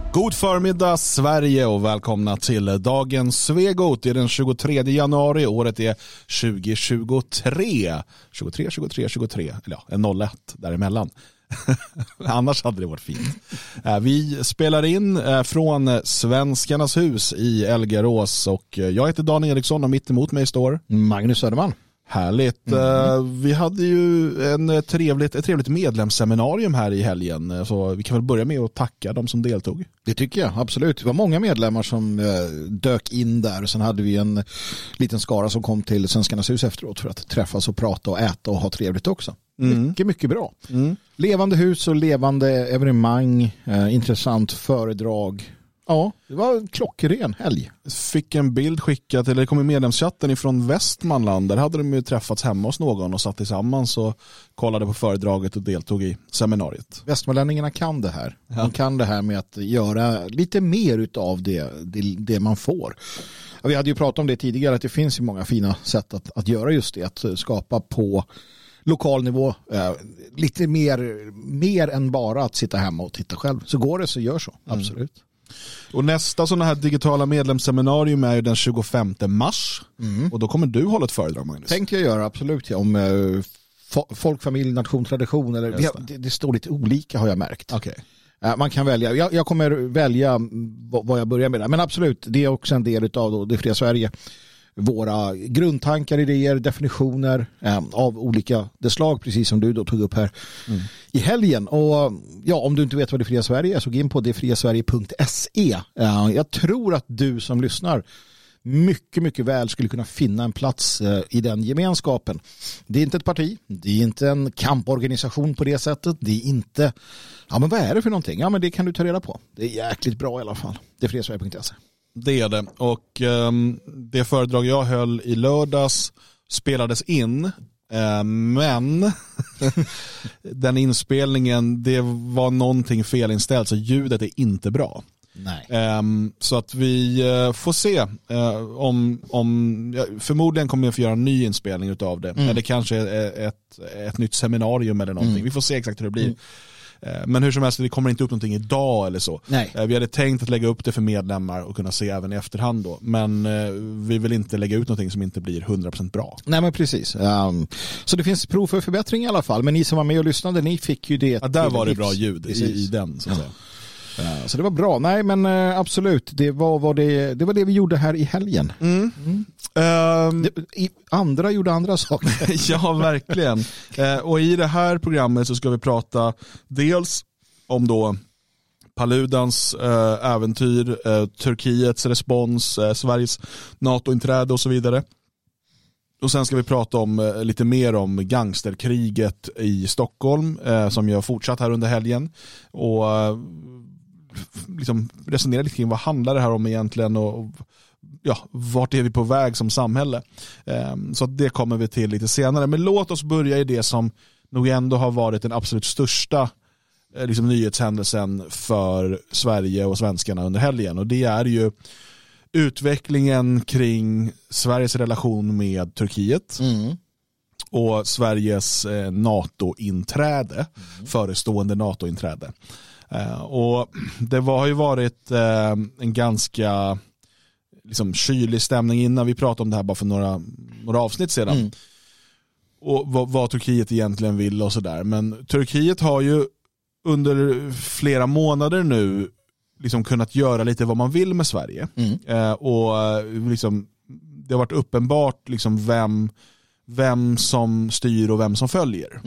God förmiddag Sverige och välkomna till dagens Svegot. Det är den 23 januari, året är 2023. 23, eller ja, en 01 däremellan. Annars hade det varit fint. Vi spelar in från Svenskarnas hus i Elgarås och jag heter Daniel Eriksson och mitt emot mig står Magnus Söderman. Härligt. Vi hade ju ett trevligt medlemsseminarium här i helgen. Så vi kan väl börja med att tacka de som deltog. Det tycker jag, absolut. Det var många medlemmar som dök in där. Och sen hade vi en liten skara som kom till Svenskarnas hus efteråt för att träffas och prata och äta och ha trevligt också. Mycket bra. Levande hus och levande evenemang, intressant föredrag. Ja, det var klockren helg. Fick en bild skickad till, det kom i medlemschatten ifrån Västmanland. Där hade de ju träffats hemma hos någon och satt tillsammans och kollade på föredraget och deltog i seminariet. Västmanlänningarna kan det här. Ja. De kan det här med att göra lite mer av det man får. Vi hade ju pratat om det tidigare att det finns ju många fina sätt att göra just det. Att skapa på lokal nivå lite mer än bara att sitta hemma och titta själv. Så går det så gör så, absolut. Och nästa sådana här digitala medlemsseminarium är ju den 25 mars. Och då kommer du hålla ett föredrag, Magnus. Tänkte jag göra, absolut. Ja, om folk, familj, nation, tradition. Eller, det står lite olika har jag märkt. Okay. Man kan välja. Jag kommer välja vad jag börjar med. Men absolut, det är också en del av det fria Sverige. Våra grundtankar, idéer, definitioner av olika slag, precis som du då tog upp här i helgen. Och ja, om du inte vet vad det fria Sverige är så gå in på detfriasverige.se. Jag tror att du som lyssnar mycket väl skulle kunna finna en plats i den gemenskapen. Det är inte ett parti, det är inte en kamporganisation på det sättet, det är inte, ja men vad är det för någonting? Ja men det kan du ta reda på. Det är jäkligt bra i alla fall. Detfriasverige.se. Det är det. Och det föredrag jag höll i lördags spelades in. Men den inspelningen, det var någonting felinställt så ljudet är inte bra. Nej. Så att vi får se om förmodligen kommer jag få göra en ny inspelning utav det. Eller kanske ett nytt seminarium eller någonting. Vi får se exakt hur det blir. Men hur som helst, det kommer inte upp någonting idag eller så. Nej. Vi hade tänkt att lägga upp det för medlemmar och kunna se även i efterhand då. Men vi vill inte lägga ut någonting som inte blir 100% bra. Nej men precis. Så det finns prov för förbättring i alla fall. Men ni som var med och lyssnade, ni fick ju det. Ja, där var det bra ljud i den så att säga. Så det var bra. Nej men absolut, det var det vi gjorde här i helgen. Andra gjorde andra saker. Ja, verkligen. Och i det här programmet så ska vi prata dels om då Paludans äventyr, Turkiets respons, Sveriges NATO-inträde och så vidare. Och sen ska vi prata om lite mer om gangsterkriget i Stockholm som ju har fortsatt här under helgen. Och liksom resonera lite kring vad handlar det här om egentligen och ja, vart är vi på väg som samhälle. Så det kommer vi till lite senare. Men låt oss börja i det som nog ändå har varit den absolut största liksom, nyhetshändelsen för Sverige och svenskarna under helgen. Och det är ju utvecklingen kring Sveriges relation med Turkiet och Sveriges NATO-inträde, förestående NATO-inträde. Och det har ju varit en ganska liksom kylig stämning innan. Vi pratade om det här bara för några avsnitt sedan. Och vad Turkiet egentligen vill och sådär. Men Turkiet har ju under flera månader nu liksom kunnat göra lite vad man vill med Sverige. Och liksom, det har varit uppenbart liksom vem som styr och vem som följer.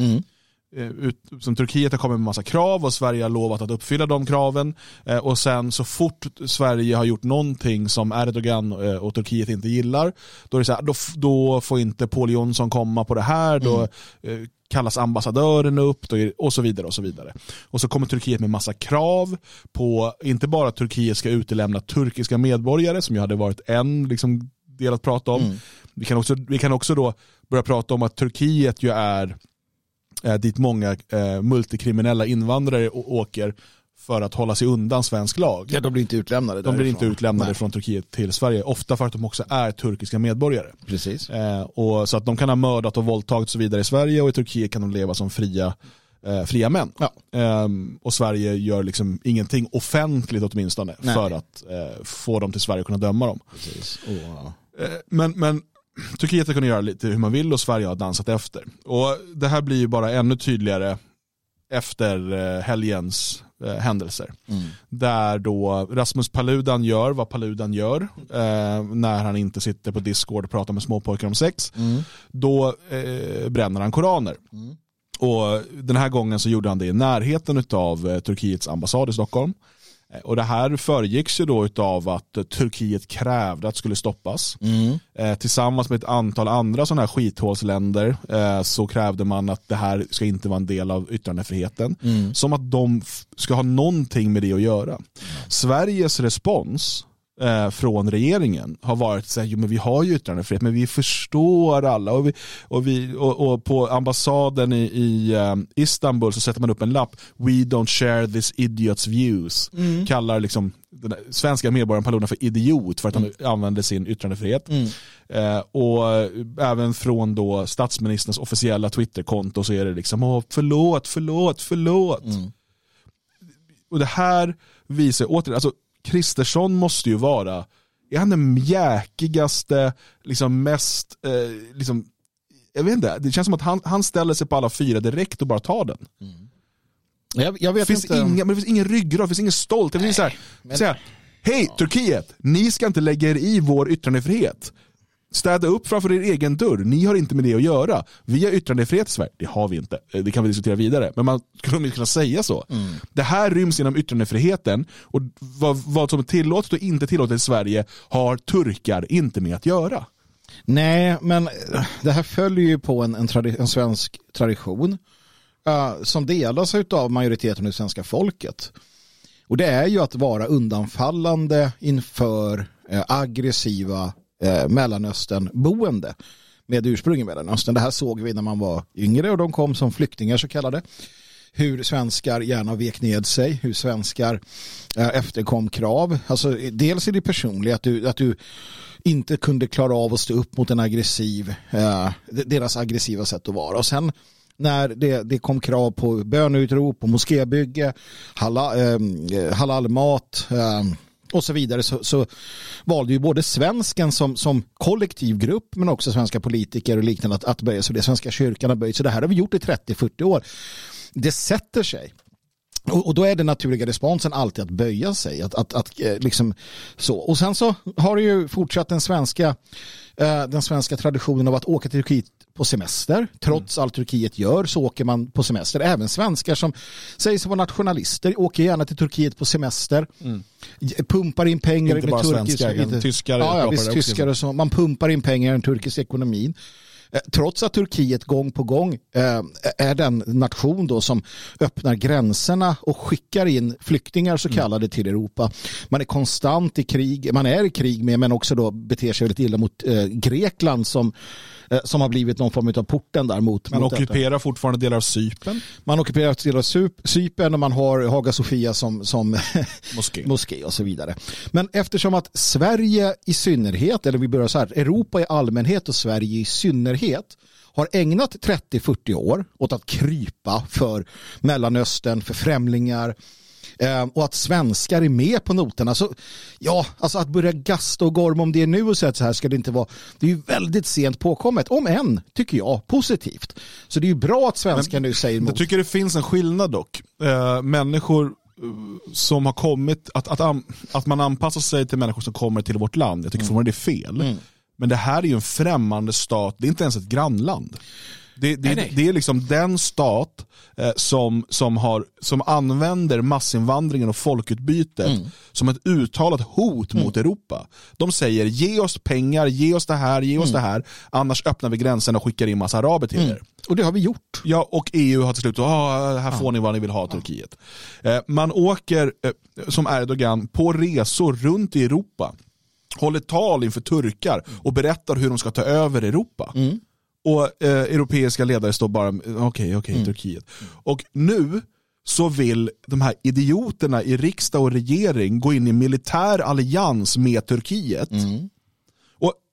Som Turkiet har kommit med massa krav och Sverige har lovat att uppfylla de kraven och sen så fort Sverige har gjort någonting som Erdogan och Turkiet inte gillar då är det så här, då får inte Paul Jonsson komma på det här, då kallas ambassadören upp och så vidare och så vidare. Och så kommer Turkiet med massa krav på inte bara att Turkiet ska utelämna turkiska medborgare som ju hade varit en liksom del att prata om. Vi kan också då börja prata om att Turkiet ju är dit många multikriminella invandrare åker för att hålla sig undan svensk lag. Ja, de blir inte utlämnade. De blir inte utlämnade från Turkiet till Sverige. Ofta för att de också är turkiska medborgare. Precis. Och så att de kan ha mördat och våldtagit och så vidare i Sverige och i Turkiet kan de leva som fria fria män. Ja. Och Sverige gör liksom ingenting offentligt åtminstone för att få dem till Sverige och kunna döma dem. Men Turkiet har kunnat göra lite hur man vill och Sverige har dansat efter. Och det här blir ju bara ännu tydligare efter helgens händelser. Där då Rasmus Paludan gör vad Paludan gör när han inte sitter på Discord och pratar med småpojkar om sex. Då bränner han koraner. Och den här gången så gjorde han det i närheten av Turkiets ambassad i Stockholm. Och det här föregicks ju då utav att Turkiet krävde att det skulle stoppas. Tillsammans med ett antal andra sådana här skithålsländer så krävde man att det här ska inte vara en del av yttrandefriheten. Som att de ska ha någonting med det att göra. Sveriges respons från regeringen har varit så här, jo men vi har ju yttrandefrihet men vi förstår alla och på ambassaden i Istanbul så sätter man upp en lapp, we don't share this idiot's views, kallar liksom den svenska medborgaren Paludan för idiot för att han använder sin yttrandefrihet. Och även från då statsministerns officiella Twitterkonto så är det liksom förlåt. Och det här visar återigen, alltså Kristersson måste ju vara, är han den mjäkigaste liksom mest liksom, jag vet inte, det känns som att han ställer sig på alla fyra direkt och bara tar den. Jag vet inte. Men det finns ingen ryggrad, det finns ingen stolt. Det finns så här, hej Turkiet, ni ska inte lägga er i vår yttrandefrihet. Städa upp framför er egen dörr. Ni har inte med det att göra. Vi har yttrandefrihet i Sverige. Det har vi inte. Det kan vi diskutera vidare. Men man skulle kunna säga så. Det här ryms inom yttrandefriheten. Och vad som är tillåtet och inte tillåtet i Sverige har turkar inte med att göra. Nej, men det här följer ju på en svensk tradition som delas av majoriteten av svenska folket. Och det är ju att vara undanfallande inför aggressiva Mellanöstern-boende med ursprung i Mellanöstern. Det här såg vi när man var yngre och de kom som flyktingar så kallade. Hur svenskar gärna vek ned sig, hur svenskar efterkom krav. Alltså dels är det personligt att du inte kunde klara av att stå upp mot en deras aggressiva sätt att vara. Och sen när det kom krav på böneutrop och moskébygge, halalmat och så vidare så valde ju både svensken som kollektiv grupp men också svenska politiker och liknande att böja sig. Det svenska kyrkan har böjt. Så det här har vi gjort i 30-40 år. Det sätter sig. Och då är den naturliga responsen alltid att böja sig. Att liksom så. Och sen så har det ju fortsatt den svenska traditionen av att åka till Turkiet på semester. Trots allt Turkiet gör så åker man på semester. Även svenskar som säger sig vara nationalister åker gärna till Turkiet på semester. Pumpar in pengar inte med turkiska, tyskar. Tyskar och så. Man pumpar in pengar i den turkiska ekonomin. Trots att Turkiet gång på gång är den nation då som öppnar gränserna och skickar in flyktingar så kallade till Europa. Man är konstant i krig. Man är i krig med men också då beter sig väldigt illa mot Grekland som har blivit någon form av porten där mot. Man ockuperar fortfarande delar av Cypern. Man ockuperar delar av Cypern och man har Haga Sofia som moské och så vidare. Men eftersom att Sverige i synnerhet, eller vi börjar så här, Europa i allmänhet och Sverige i synnerhet har ägnat 30-40 år åt att krypa för Mellanöstern, för främlingar och att svenskar är med på noterna. Så, ja, alltså att börja gasta och gorma om det nu och säga att så här ska det inte vara. Det är ju väldigt sent påkommet. Om än, tycker jag, positivt. Så det är ju bra att svenskar nu säger emot. Jag tycker det finns en skillnad dock. Människor som har kommit, att man anpassar sig till människor som kommer till vårt land. Jag tycker fortfarande det är fel. Men det här är ju en främmande stat. Det är inte ens ett grannland. Det är liksom den stat som använder massinvandringen och folkutbytet som ett uttalat hot mot Europa. De säger ge oss pengar, ge oss det här, annars öppnar vi gränsen och skickar in massa araber till er. Och det har vi gjort. Ja, och EU har till slut här får ni vad ni vill ha Turkiet. Man åker som Erdogan på resor runt i Europa, håller tal inför turkar och berättar hur de ska ta över Europa. Och europeiska ledare står bara okej, Turkiet. Och nu så vill de här idioterna i riksdag och regering gå in i militär allians med Turkiet. Och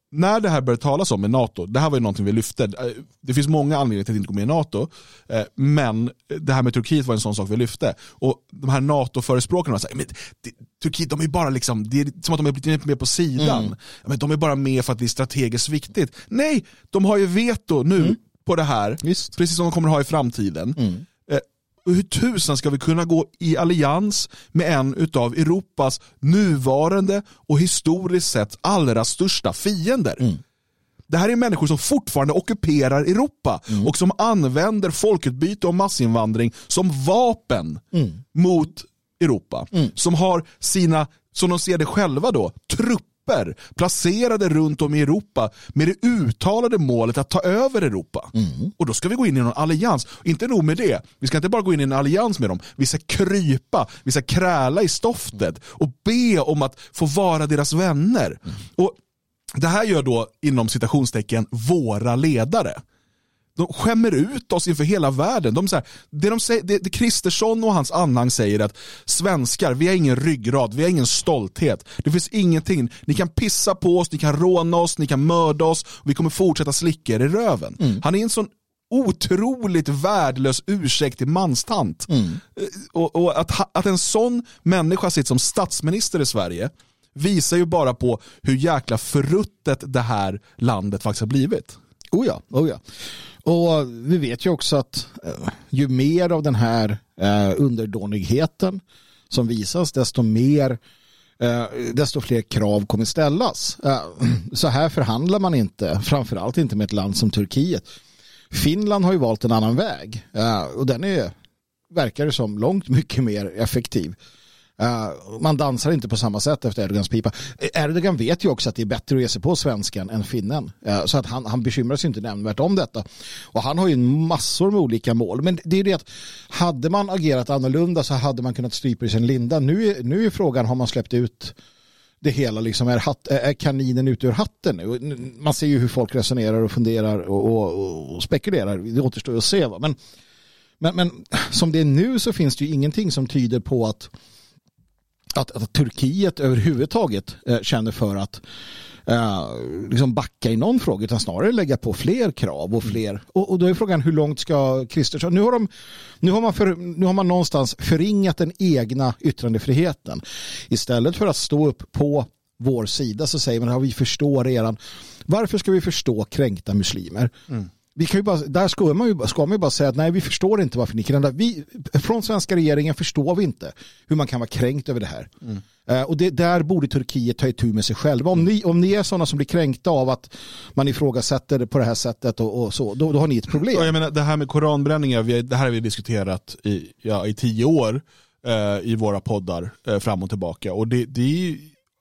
när det här började talas om med NATO, det här var ju någonting vi lyfte. Det finns många anledningar till att inte gå med i NATO, men det här med Turkiet var en sån sak vi lyfte. Och de här NATO-förespråkarna säger, men Turkiet, de är bara liksom, det är som att de är blivit med på sidan. Men de är bara med för att det är strategiskt viktigt. Nej, de har ju veto nu på det här, precis som de kommer att ha i framtiden. Hur tusan ska vi kunna gå i allians med en utav Europas nuvarande och historiskt sett allra största fiender? Det här är människor som fortfarande ockuperar Europa och som använder folkutbyte och massinvandring som vapen mot Europa. Som har sina, som de ser det själva då, trupper placerade runt om i Europa med det uttalade målet att ta över Europa. Och då ska vi gå in i någon allians. Inte nog med det. Vi ska inte bara gå in i en allians med dem. Vi ska krypa, vi ska kräla i stoftet och be om att få vara deras vänner. Och det här gör då inom citationstecken våra ledare. De skämmer ut oss inför hela världen. Det Kristersson och hans anhang säger att svenskar, vi har ingen ryggrad, vi har ingen stolthet. Det finns ingenting. Ni kan pissa på oss, ni kan råna oss, ni kan mörda oss och vi kommer fortsätta slicka er i röven. Han är en sån otroligt värdelös ursäkt till manstant. Och att en sån människa sitter som statsminister i Sverige visar ju bara på hur jäkla förruttet det här landet faktiskt har blivit. Oh ja. Och vi vet ju också att ju mer av den här underdånigheten som visas, desto fler krav kommer ställas. Så här förhandlar man inte, framförallt inte med ett land som Turkiet. Finland har ju valt en annan väg och den verkar det som långt mycket mer effektiv. Man dansar inte på samma sätt efter Erdogans pipa. Erdogan vet ju också att det är bättre att ge sig på svenskan än finnen. Så att han bekymrar sig inte nämnvärt om detta. Och han har ju massor med olika mål. Men det är det att hade man agerat annorlunda så hade man kunnat strypa i sin linda. Nu är frågan, har man släppt ut det hela liksom, är kaninen ute ur hatten nu? Man ser ju hur folk resonerar och funderar och spekulerar. Det återstår att se. Va? Men som det är nu så finns det ju ingenting som tyder på att Turkiet överhuvudtaget känner för att liksom backa i någon fråga, utan snarare lägga på fler krav och fler. Och då är frågan, hur långt ska Kristersson? Nu har man någonstans förringat den egna yttrandefriheten. Istället för att stå upp på vår sida så säger man att vi förstår redan. Varför ska vi förstå kränkta muslimer? Vi kan ju bara, där ska man ju bara säga att nej, vi förstår inte varför ni kränkta. Från svenska regeringen förstår vi inte hur man kan vara kränkt över det här. Och där borde Turkiet ta itu med sig själva. Om ni är sådana som blir kränkta av att man ifrågasätter det på det här sättet och så, då har ni ett problem. Jag menar, det här med koranbränningar, det här har vi diskuterat i 10 år i våra poddar fram och tillbaka. Och det är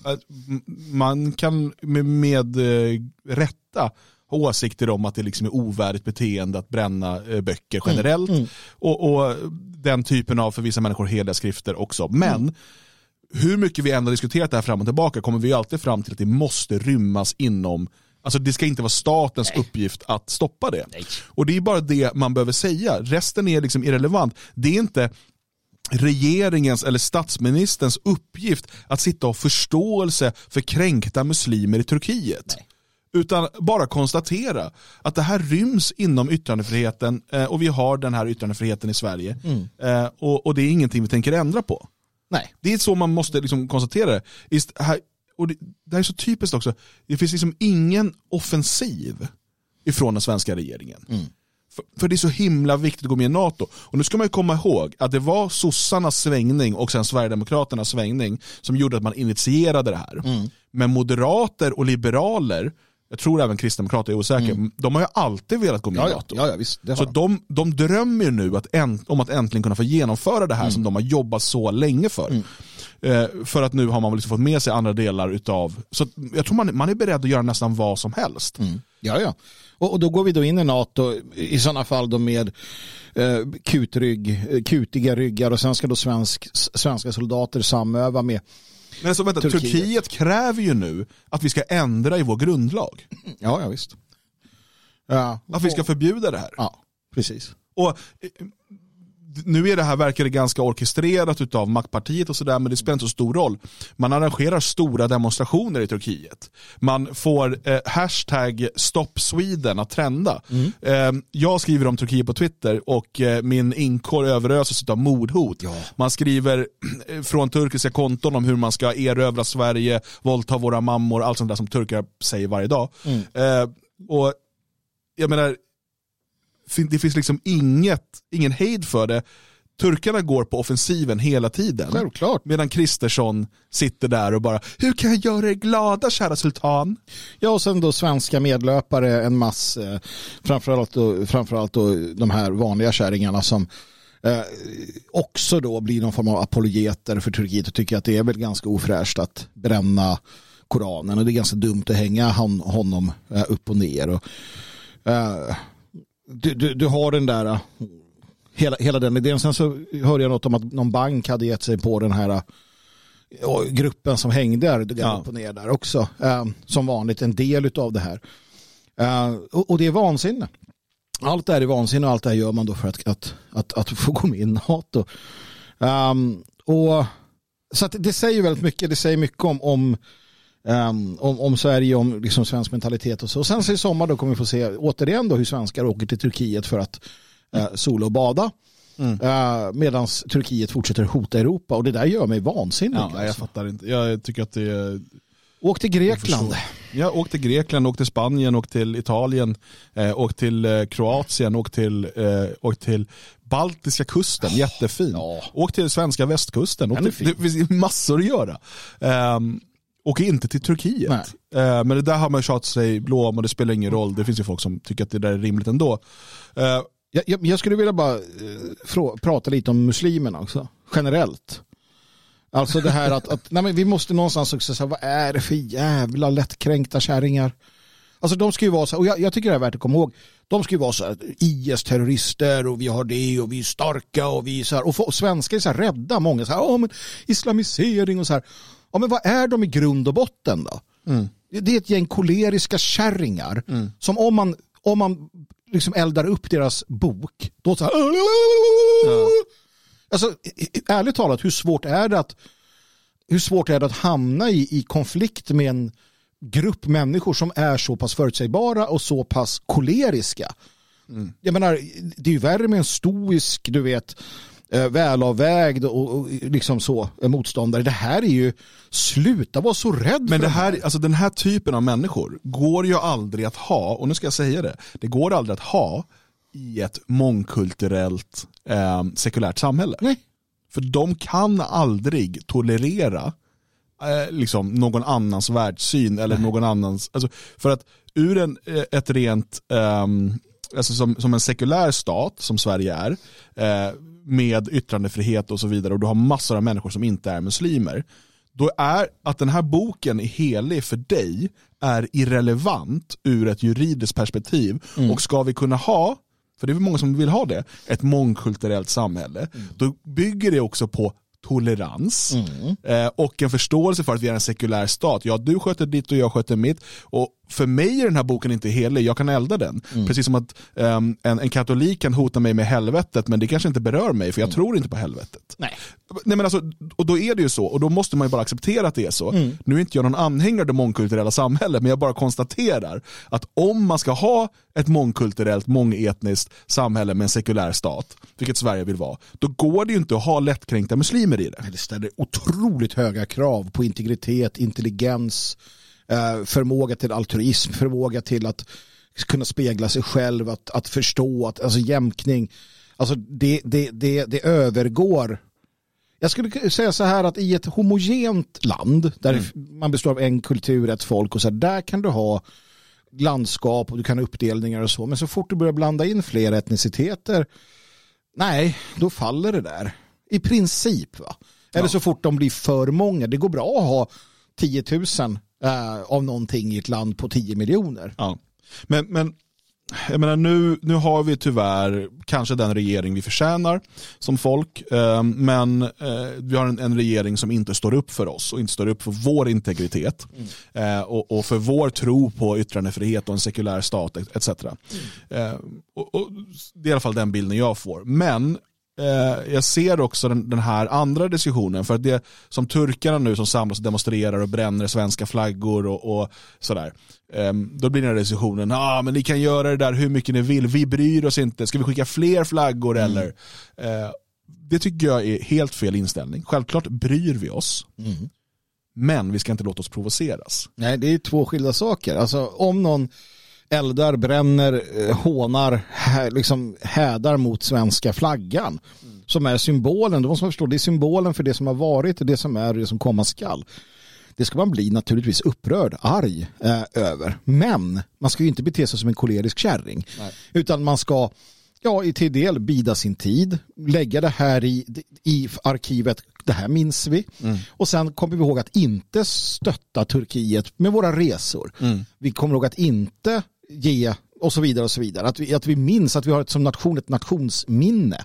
man kan med rätta åsikter om att det liksom är ovärdigt beteende att bränna böcker generellt och den typen av för vissa människor heliga skrifter också. Men hur mycket vi ändå diskuterat det här fram och tillbaka kommer vi alltid fram till att det måste rymmas inom, alltså det ska inte vara statens uppgift att stoppa det. Och det är bara det man behöver säga. Resten är liksom irrelevant. Det är inte regeringens eller statsministerns uppgift att sitta och förståelse för kränkta muslimer i Turkiet. Utan bara konstatera att det här ryms inom yttrandefriheten och vi har den här yttrandefriheten i Sverige. Och det är ingenting vi tänker ändra på. Nej. Det är så man måste liksom konstatera det. Och det här är så typiskt också. Det finns liksom ingen offensiv ifrån den svenska regeringen. För det är så himla viktigt att gå med i NATO. Och nu ska man ju komma ihåg att det var sossarnas svängning och sen Sverigedemokraternas svängning som gjorde att man initierade det här. Men moderater och liberaler, jag tror även kristdemokrater är osäkra, de har ju alltid velat gå med i NATO. Ja, visst, så de drömmer ju nu om att äntligen kunna få genomföra det här som de har jobbat så länge för. För att nu har man liksom fått med sig andra delar utav. Så jag tror man är beredd att göra nästan vad som helst. Ja. Och då går vi då in i NATO i sådana fall då med kutiga ryggar och sen ska då svenska soldater samöva med. Men så vänta, Turkiet kräver ju nu att vi ska ändra i vår grundlag. Ja, visst. Att vi ska förbjuda det här. Ja, precis. Och nu är det här verkar det ganska orkestrerat utav maktpartiet och sådär, men det spelar inte så stor roll. Man arrangerar stora demonstrationer i Turkiet. Man får hashtag Stop Sweden att trenda. Jag skriver om Turkiet på Twitter och min inkorg överöses av mordhot. Ja. Man skriver från turkiska konton om hur man ska erövra Sverige, våldta våra mammor, allt sånt där som turkar säger varje dag. Och jag menar, det finns liksom ingen hejd för det. Turkarna går på offensiven hela tiden. Självklart. Medan Kristersson sitter där och bara, hur kan jag göra er glada, kära sultan? Ja, och sen då svenska medlöpare, en massa, framförallt då de här vanliga kärringarna som också då blir någon form av apologeter för Turkiet och tycker att det är väl ganska ofräscht att bränna Koranen och det är ganska dumt att hänga honom upp och ner. Och, du har den där hela den idén. Sen så hörde jag något om att någon bank hade gett sig på den här gruppen som hängde där upp och ner där också. Som vanligt en del av det här. Och det är vansinne. Allt det här är vansinne och allt det här gör man då för att få gå med i NATO. Och så att det säger väldigt mycket. Det säger mycket om Sverige, om liksom svensk mentalitet och så. Och sen så i sommar då kommer vi få se återigen då hur svenskar åker till Turkiet för att sola och bada. Medan Turkiet fortsätter hota Europa och det där gör mig vansinnig. Ja, jag fattar inte. Jag tycker att det är... Åk till Grekland. Jag åkte till Grekland, åkte till Spanien, åkte till Italien, åkte till Kroatien, åkte till baltiska kusten, jättefin. Ja. Åkte till svenska västkusten. Det finns massor att göra. Och inte till Turkiet. Men det där har man tjatat sig blå om och det spelar ingen roll. Det finns ju folk som tycker att det där är rimligt ändå. Jag skulle vilja bara prata lite om muslimerna också. Generellt. Alltså det här att nej men vi måste någonstans också säga, vad är det för jävla lättkränkta kärringar? Alltså de ska ju vara så, och jag tycker det är värt att komma ihåg, de ska ju vara så här, IS-terrorister och vi har det och vi är starka och vi är så här, och svenskar är så här rädda, många så här, men islamisering och så här. Ja, men vad är de i grund och botten då? Det är ett gäng koleriska kärringar som om man liksom eldar upp deras bok, då så här, alltså ärligt talat, hur svårt är det att hamna i konflikt med en grupp människor som är så pass förutsägbara och så pass koleriska? Jag menar, det är ju värre med en stoisk, du vet, välavvägd och liksom så motståndare. Det här är ju, sluta vara så rädd. Men det här, alltså den här typen av människor går ju aldrig att ha, och nu ska jag säga det går aldrig att ha i ett mångkulturellt sekulärt samhälle. Nej. För de kan aldrig tolerera liksom någon annans världssyn eller någon annans, alltså, för att ur ett rent alltså som en sekulär stat som Sverige är, med yttrandefrihet och så vidare, och du har massor av människor som inte är muslimer, då är att den här boken är helig för dig är irrelevant ur ett juridiskt perspektiv. Och ska vi kunna ha, för det är många som vill ha det, ett mångkulturellt samhälle, då bygger det också på tolerans och en förståelse för att vi är en sekulär stat. Ja, du sköter ditt och jag sköter mitt, och för mig är den här boken inte helig, jag kan elda den. Precis som att en katolik kan hota mig med helvetet, men det kanske inte berör mig för jag tror inte på helvetet. Nej men alltså, och då är det ju så, och då måste man ju bara acceptera att det är så. Nu är inte jag någon anhängare av det mångkulturella samhället, men jag bara konstaterar att om man ska ha ett mångkulturellt, mångetniskt samhälle med en sekulär stat, vilket Sverige vill vara, då går det ju inte att ha lättkränkta muslimer i det. Det ställer otroligt höga krav på integritet, intelligens, förmåga till altruism, förmåga till att kunna spegla sig själv, att förstå, alltså jämkning, alltså det övergår. Jag skulle säga så här, att i ett homogent land där man består av en kultur, ett folk och så här, där kan du ha landskap och du kan ha uppdelningar och så, men så fort du börjar blanda in fler etniciteter, nej, då faller det där. I princip, va? Eller så fort de blir för många. Det går bra att ha 10 000 av någonting i ett land på 10 miljoner. Ja. Men jag menar, nu har vi tyvärr kanske den regering vi förtjänar som folk, men vi har en regering som inte står upp för oss och inte står upp för vår integritet och för vår tro på yttrandefrihet och en sekulär stat etc. Och det är i alla fall den bilden jag får. Men jag ser också den här andra diskussionen, för att det som turkarna nu som samlas och demonstrerar och bränner svenska flaggor och sådär, då blir den här diskussionen, men ni kan göra det där hur mycket ni vill, vi bryr oss inte, ska vi skicka fler flaggor eller? Det tycker jag är helt fel inställning. Självklart bryr vi oss, men vi ska inte låta oss provoceras. Nej, det är två skilda saker. Alltså om någon eldar, bränner, hånar, liksom hädar mot svenska flaggan som är symbolen, då måste man förstå, det är symbolen för det som har varit och det som är det som komma skall. Det ska man bli naturligtvis upprörd, arg över. Men man ska ju inte bete sig som en kolerisk kärring. Nej. Utan man ska till del bida sin tid, lägga det här i arkivet, det här minns vi. Och sen kommer vi ihåg att inte stötta Turkiet med våra resor. Vi kommer ihåg att inte ge och så vidare och så vidare. Att vi minns att vi har som nation ett nationsminne.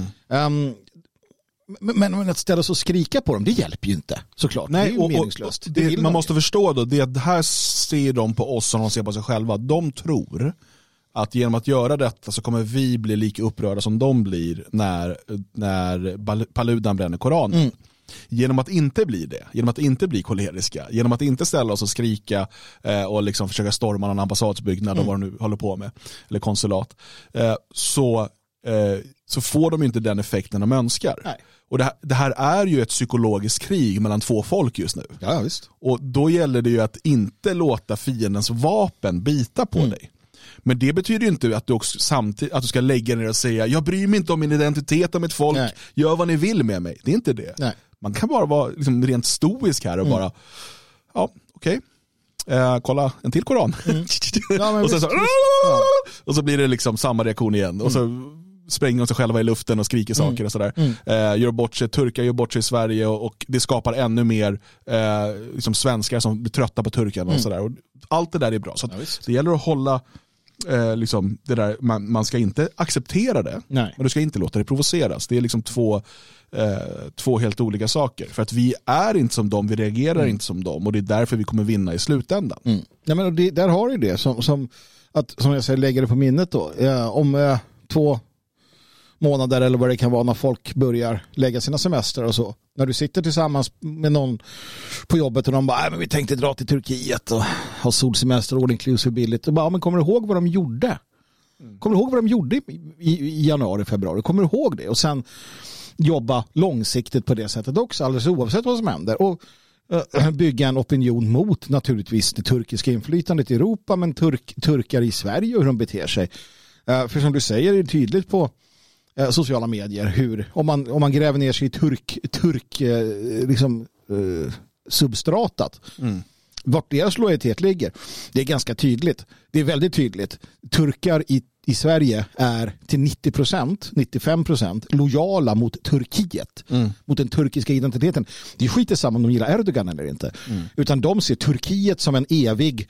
Men att ställa sig och skrika på dem, det hjälper ju inte, såklart. Nej, det är ju meningslöst. Man måste förstå då, det här ser de på oss som de ser på sig själva. De tror att genom att göra detta så kommer vi bli lika upprörda som de blir när Paludan bränner Koranen. Genom att inte bli det, genom att inte bli koleriska, genom att inte ställa oss och skrika och liksom försöka storma någon ambassadsbyggnad och vad de nu håller på med, eller konsulat, så får de inte den effekten de önskar. Nej. Och det här är ju ett psykologiskt krig mellan två folk just nu. Ja, visst. Och då gäller det ju att inte låta fiendens vapen bita på dig. Men det betyder ju inte att du också samtidigt att du ska lägga ner och säga jag bryr mig inte om min identitet och mitt folk. Nej. Gör vad ni vill med mig. Det är inte det. Nej. Man kan bara vara liksom rent stoisk här och bara okej. Kolla en till Koran. Ja, och, sen och så blir det liksom samma reaktion igen. Och så spränger de sig själva i luften och skriker saker och sådär. Gör bort sig, turkar gör bort sig i Sverige och det skapar ännu mer liksom svenskar som blir trötta på turkarna och sådär. Och allt det där är bra. Så det gäller att hålla liksom det där, man ska inte acceptera det. Nej. Men du ska inte låta det provoceras. Det är liksom två helt olika saker. För att vi är inte som dem, vi reagerar inte som dem och det är därför vi kommer vinna i slutändan. Ja, men där har du det som jag säger, lägger det på minnet då. Om 2 månader eller vad det kan vara när folk börjar lägga sina semester och så. När du sitter tillsammans med någon på jobbet och de bara, men vi tänkte dra till Turkiet och ha solsemester all inclusive billigt. Och bara, men kommer du ihåg vad de gjorde? Kommer du ihåg vad de gjorde i januari, februari? Kommer du ihåg det? Och sen jobba långsiktigt på det sättet också, alldeles oavsett vad som händer. Och bygga en opinion mot naturligtvis det turkiska inflytandet i Europa, men turkar i Sverige och hur de beter sig. För som du säger är det tydligt på sociala medier hur om man gräver ner sig i turk liksom substratat vart deras lojalitet ligger. Det är ganska tydligt. Det är väldigt tydligt. Turkar i Sverige är till 95% lojala mot Turkiet. Mot den turkiska identiteten. Det skiter samman om de gillar Erdogan eller inte. Utan de ser Turkiet som en evig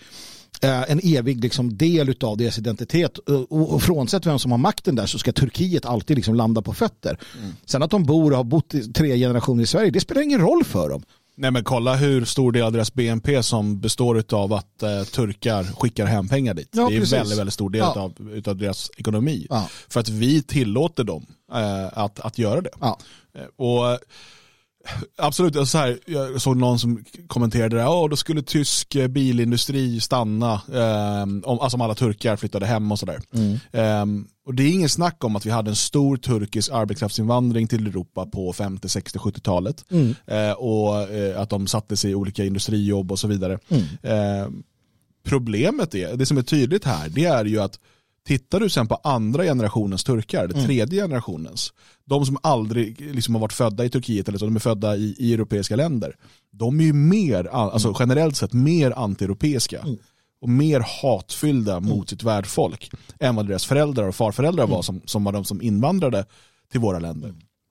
liksom del av deras identitet och frånsett vem som har makten där så ska Turkiet alltid liksom landa på fötter. Sen att de bor och har bott i 3 generationer i Sverige, det spelar ingen roll för dem. Nej, men kolla hur stor del av deras BNP som består av att turkar skickar hem pengar dit. Ja, det är väldigt, väldigt stor del av deras ekonomi. Ja. För att vi tillåter dem att göra det. Ja. Och absolut, så här, jag såg någon som kommenterade det, då skulle tysk bilindustri stanna om alla turkar flyttade hem och sådär. Och det är ingen snack om att vi hade en stor turkisk arbetskraftsinvandring till Europa på 50, 60, 70-talet och att de satte sig i olika industrijobb och så vidare. Problemet är, det som är tydligt här, det är ju att tittar du sen på andra generationens turkar, det tredje generationens, de som aldrig liksom har varit födda i Turkiet eller så, de är födda i europeiska länder, de är ju mer, alltså generellt sett mer anti-europeiska och mer hatfyllda mot sitt värdfolk än vad deras föräldrar och farföräldrar var som var de som invandrade till våra länder.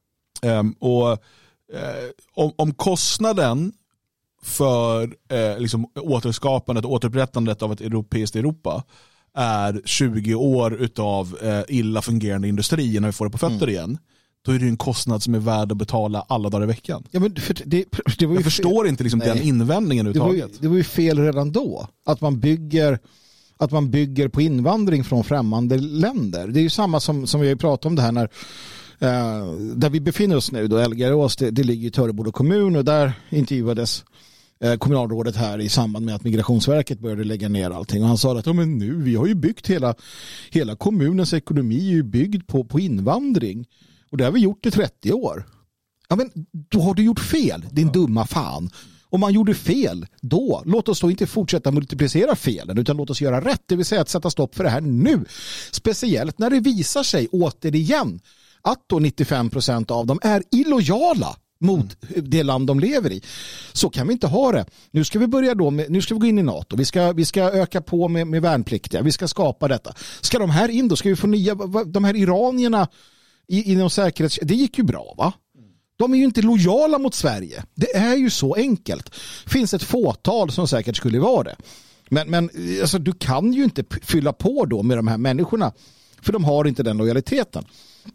Om kostnaden för liksom återskapandet och återupprättandet av ett europeiskt Europa är 20 år utav illa fungerande industri när vi får det på fötter igen, då är det en kostnad som är värd att betala alla dagar i veckan. Ja, men det var ju jag förstår inte liksom den invändningen överhuvudtaget. Det var ju fel redan då. Att man bygger på invandring från främmande länder. Det är ju samma som vi har pratat om det här när där vi befinner oss nu då, Elgarås, det ligger i Töreboda kommun, och där intervjuades kommunalrådet här i samband med att Migrationsverket började lägga ner allting, och han sa att men nu, vi har ju byggt hela kommunens ekonomi är ju byggd på invandring, och det har vi gjort i 30 år. Ja, men då har du gjort fel, din dumma fan. Om man gjorde fel då, låt oss då inte fortsätta multiplicera felen, utan låt oss göra rätt, det vill säga att sätta stopp för det här nu. Speciellt när det visar sig återigen att då 95% av dem är illojala mot det land de lever i. Så kan vi inte ha det. Nu ska vi börja nu ska vi gå in i NATO. Vi ska öka på med värnpliktiga. Vi ska skapa detta. Ska de här in då? Ska vi få nya, de här iranierna inom säkerhets... Det gick ju bra, va? De är ju inte lojala mot Sverige. Det är ju så enkelt. Finns ett fåtal som säkert skulle vara det. Men alltså, du kan ju inte fylla på då med de här människorna, för de har inte den lojaliteten.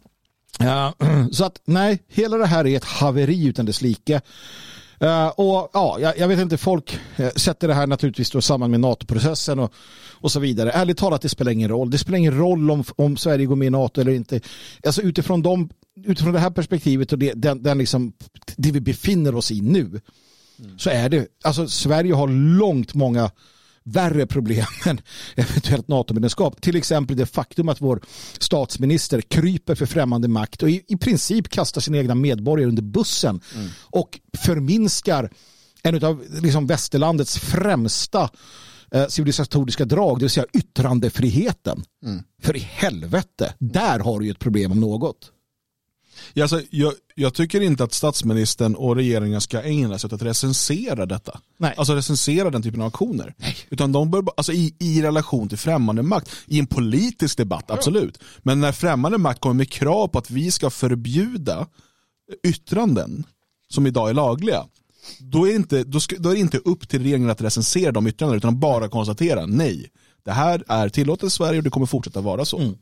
Så att nej, hela det här är ett haveri utan dess like. Och ja, jag vet inte, folk sätter det här naturligtvis då samman med NATO-processen och så vidare. Ärligt talat, det spelar ingen roll. Det spelar ingen roll om Sverige går med i NATO eller inte. Alltså utifrån det här perspektivet och den liksom, det vi befinner oss i nu, så är det, alltså Sverige har långt många värre problem än eventuellt NATO-medlemskap. Till exempel det faktum att vår statsminister kryper för främmande makt och i princip kastar sina egna medborgare under bussen och förminskar en av liksom västerlandets främsta civilisatoriska drag, det vill säga yttrandefriheten. För i helvete, där har du ju ett problem om något. Ja, alltså, jag tycker inte att statsministern och regeringen ska ägna sig åt att recensera detta. Nej. Alltså recensera den typen av aktioner. Nej. Utan de bör, alltså i relation till främmande makt, i en politisk debatt, absolut. Men när främmande makt kommer med krav på att vi ska förbjuda yttranden som idag är lagliga, då är det inte upp till regeringen att recensera de yttrandena, utan bara konstatera, nej, det här är tillåtet i Sverige och det kommer fortsätta vara så.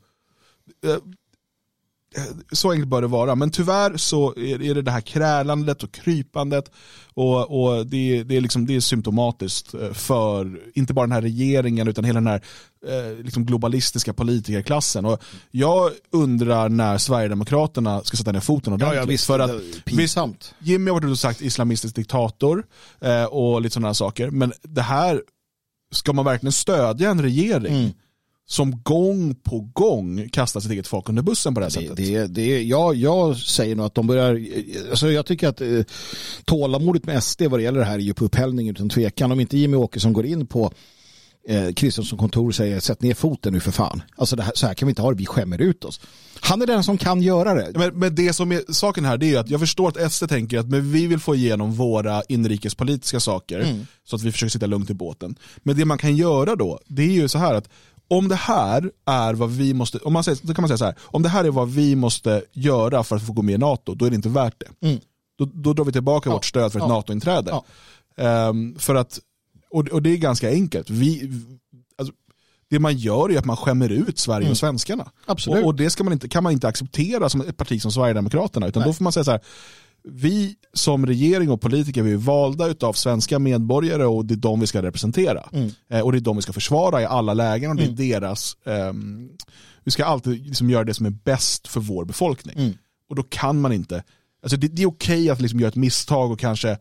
Så enkelt bör det vara, men tyvärr så är det här krälandet och krypandet och det är symptomatiskt för inte bara den här regeringen utan hela den här liksom globalistiska politikerklassen. Och jag undrar när Sverigedemokraterna ska sätta ner foten ordentligt. Ja, visst, för att pinsamt. Jimmy har varit sagt islamistisk diktator och lite sådana saker, men det här, ska man verkligen stödja en regering som gång på gång kastar sitt eget folk under bussen på det här sättet? Jag säger nog att de börjar... Alltså jag tycker att tålamodet med SD vad det gäller det här är ju på upphällning utan tvekan. Om inte Jimmy Åkesson går in på Kristiansson kontor och säger sätt ner foten nu för fan. Alltså det här, så här kan vi inte ha det, vi skämmer ut oss. Han är den som kan göra det. Men det som är saken här, det är att jag förstår att SD tänker att men vi vill få igenom våra inrikespolitiska saker så att vi försöker sitta lugnt i båten. Men det man kan göra då, det är ju så här att om det här är vad vi måste, då kan man säga så här, om det här är vad vi måste göra för att få gå med i NATO, då är det inte värt det. Då drar vi tillbaka vårt stöd för ett NATO-inträde. För att, och det är ganska enkelt. Alltså, det man gör är att man skämmer ut Sverige och svenskarna. Absolut. Och det kan man inte acceptera som ett parti som Sverigedemokraterna, utan då får man säga så här, vi som regering och politiker, vi är valda av svenska medborgare och det är de vi ska representera. Och det är de vi ska försvara i alla lägen och det är deras vi ska alltid liksom göra det som är bäst för vår befolkning. Och då kan man inte, alltså det är okej att liksom göra ett misstag och kanske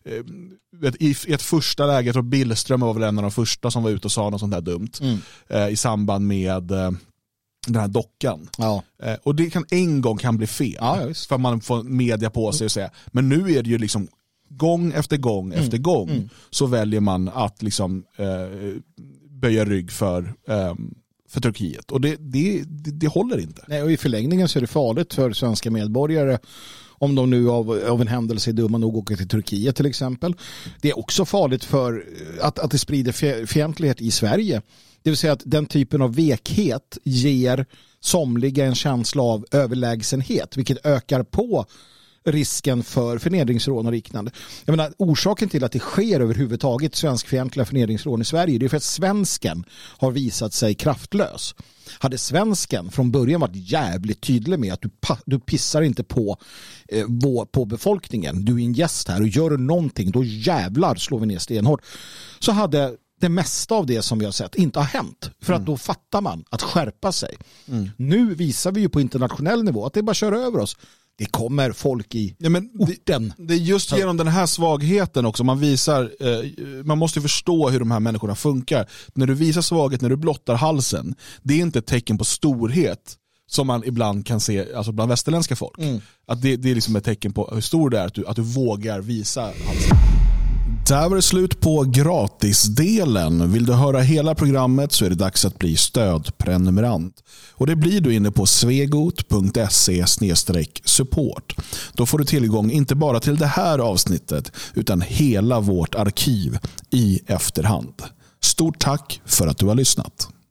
i ett första läge, jag tror Billström var väl en av de första som var ute och sa något sånt där dumt i samband med den här dockan. Och det en gång kan bli fel för man får media på sig och säga, men nu är det ju liksom gång efter gång efter gång så väljer man att liksom böja rygg för Turkiet och det håller inte. Nej, och i förlängningen så är det farligt för svenska medborgare om de nu av en händelse är dumma nog åker till Turkiet till exempel. Det är också farligt för att det sprider fientlighet i Sverige. Det vill säga att den typen av vekhet ger somliga en känsla av överlägsenhet, vilket ökar på risken för förnedringsrån och liknande. Jag menar, orsaken till att det sker överhuvudtaget svenskfientliga förnedringsrån i Sverige, det är för att svensken har visat sig kraftlös. Hade svensken från början varit jävligt tydlig med att du pissar inte på befolkningen, du är en gäst här och gör du någonting, då jävlar slår vi ner stenhårt. Så hade det mesta av det som vi har sett inte har hänt. För att då fattar man att skärpa sig. Nu visar vi ju på internationell nivå att det är bara att köra över oss. Det kommer folk i orten. Det är just genom den här svagheten också man visar, man måste förstå hur de här människorna funkar. När du visar svaghet, när du blottar halsen, det är inte ett tecken på storhet som man ibland kan se alltså bland västerländska folk. Att det är liksom ett tecken på hur stor det är att du vågar visa halsen. Där var det slut på gratisdelen. Vill du höra hela programmet så är det dags att bli stödprenumerant. Och det blir du inne på svegot.se/support. Då får du tillgång inte bara till det här avsnittet utan hela vårt arkiv i efterhand. Stort tack för att du har lyssnat.